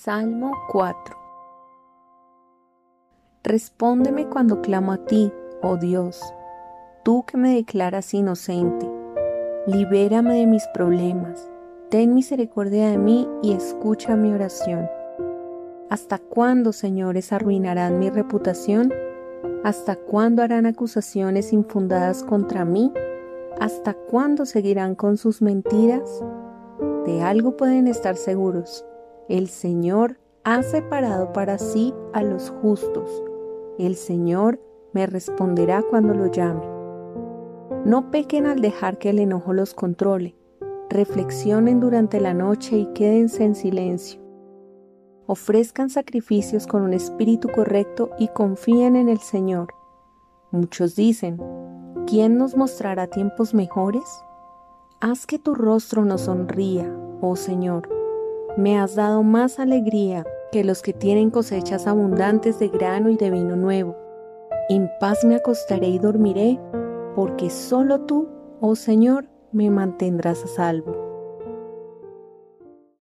Salmo 4. Respóndeme cuando clamo a ti, oh Dios, tú que me declaras inocente. Libérame de mis problemas, ten misericordia de mí y escucha mi oración. ¿Hasta cuándo, señores, arruinarán mi reputación? ¿Hasta cuándo harán acusaciones infundadas contra mí? ¿Hasta cuándo seguirán con sus mentiras? De algo pueden estar seguros: el Señor ha separado para sí a los justos. El Señor me responderá cuando lo llame. No pequen al dejar que el enojo los controle. Reflexionen durante la noche y quédense en silencio. Ofrezcan sacrificios con un espíritu correcto y confíen en el Señor. Muchos dicen: ¿quién nos mostrará tiempos mejores? Haz que tu rostro nos sonría, oh Señor. Me has dado más alegría que los que tienen cosechas abundantes de grano y de vino nuevo. En paz me acostaré y dormiré, porque solo tú, oh Señor, me mantendrás a salvo.